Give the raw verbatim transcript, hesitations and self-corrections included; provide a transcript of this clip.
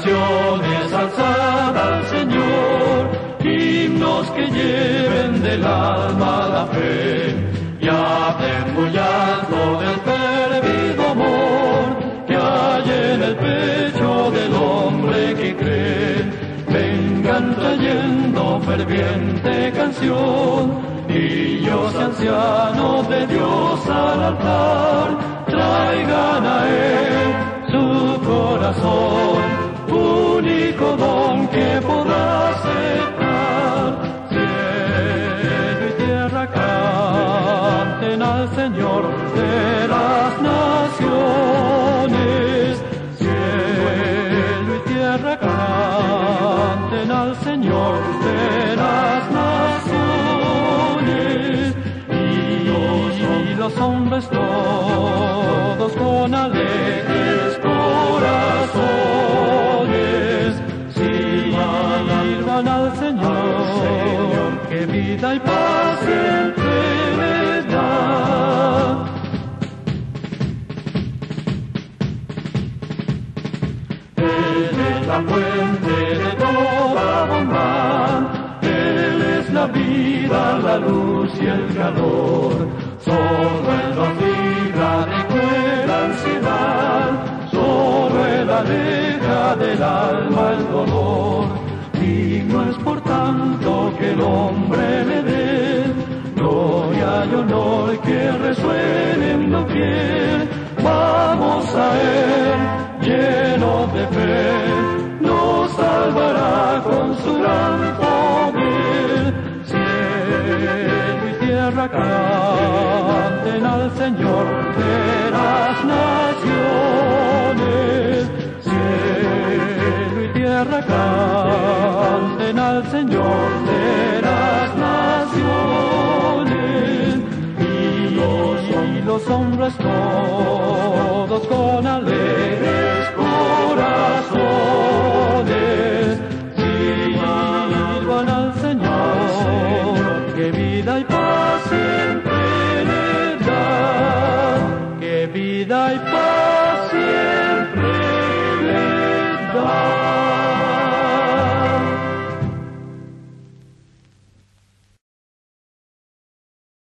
canciones alzad al Señor, himnos que lleven del alma la fe, y hablen muy alto del perdido amor que hay en el pecho del hombre que cree. Vengan trayendo ferviente canción, niños y ancianos de Dios al altar, traigan a Él su corazón, único don que podrá aceptar. Cielo y tierra canten al Señor de las naciones, cielo y tierra canten al Señor de las naciones, y los hombres todos con alegres corazones sirvan al Señor, que vida y paz siempre les da. Él es la fuente de toda bondad, Él es la vida, la luz y el calor. Solo Él nos libra de cruel ansiedad, solo Él aleja del alma el dolor. Digno es por tanto que el hombre le dé gloria y honor que resuenen doquier. Vamos a Él lleno de fe, nos salvará con su gran poder. Cielo y tierra canten al Señor de las naciones, cielo y tierra canten al Señor de las naciones, y los, y los hombres todos con alegres corazones sirvan al Señor, que vida y paz siempre le da, que vida y paz siempre le da.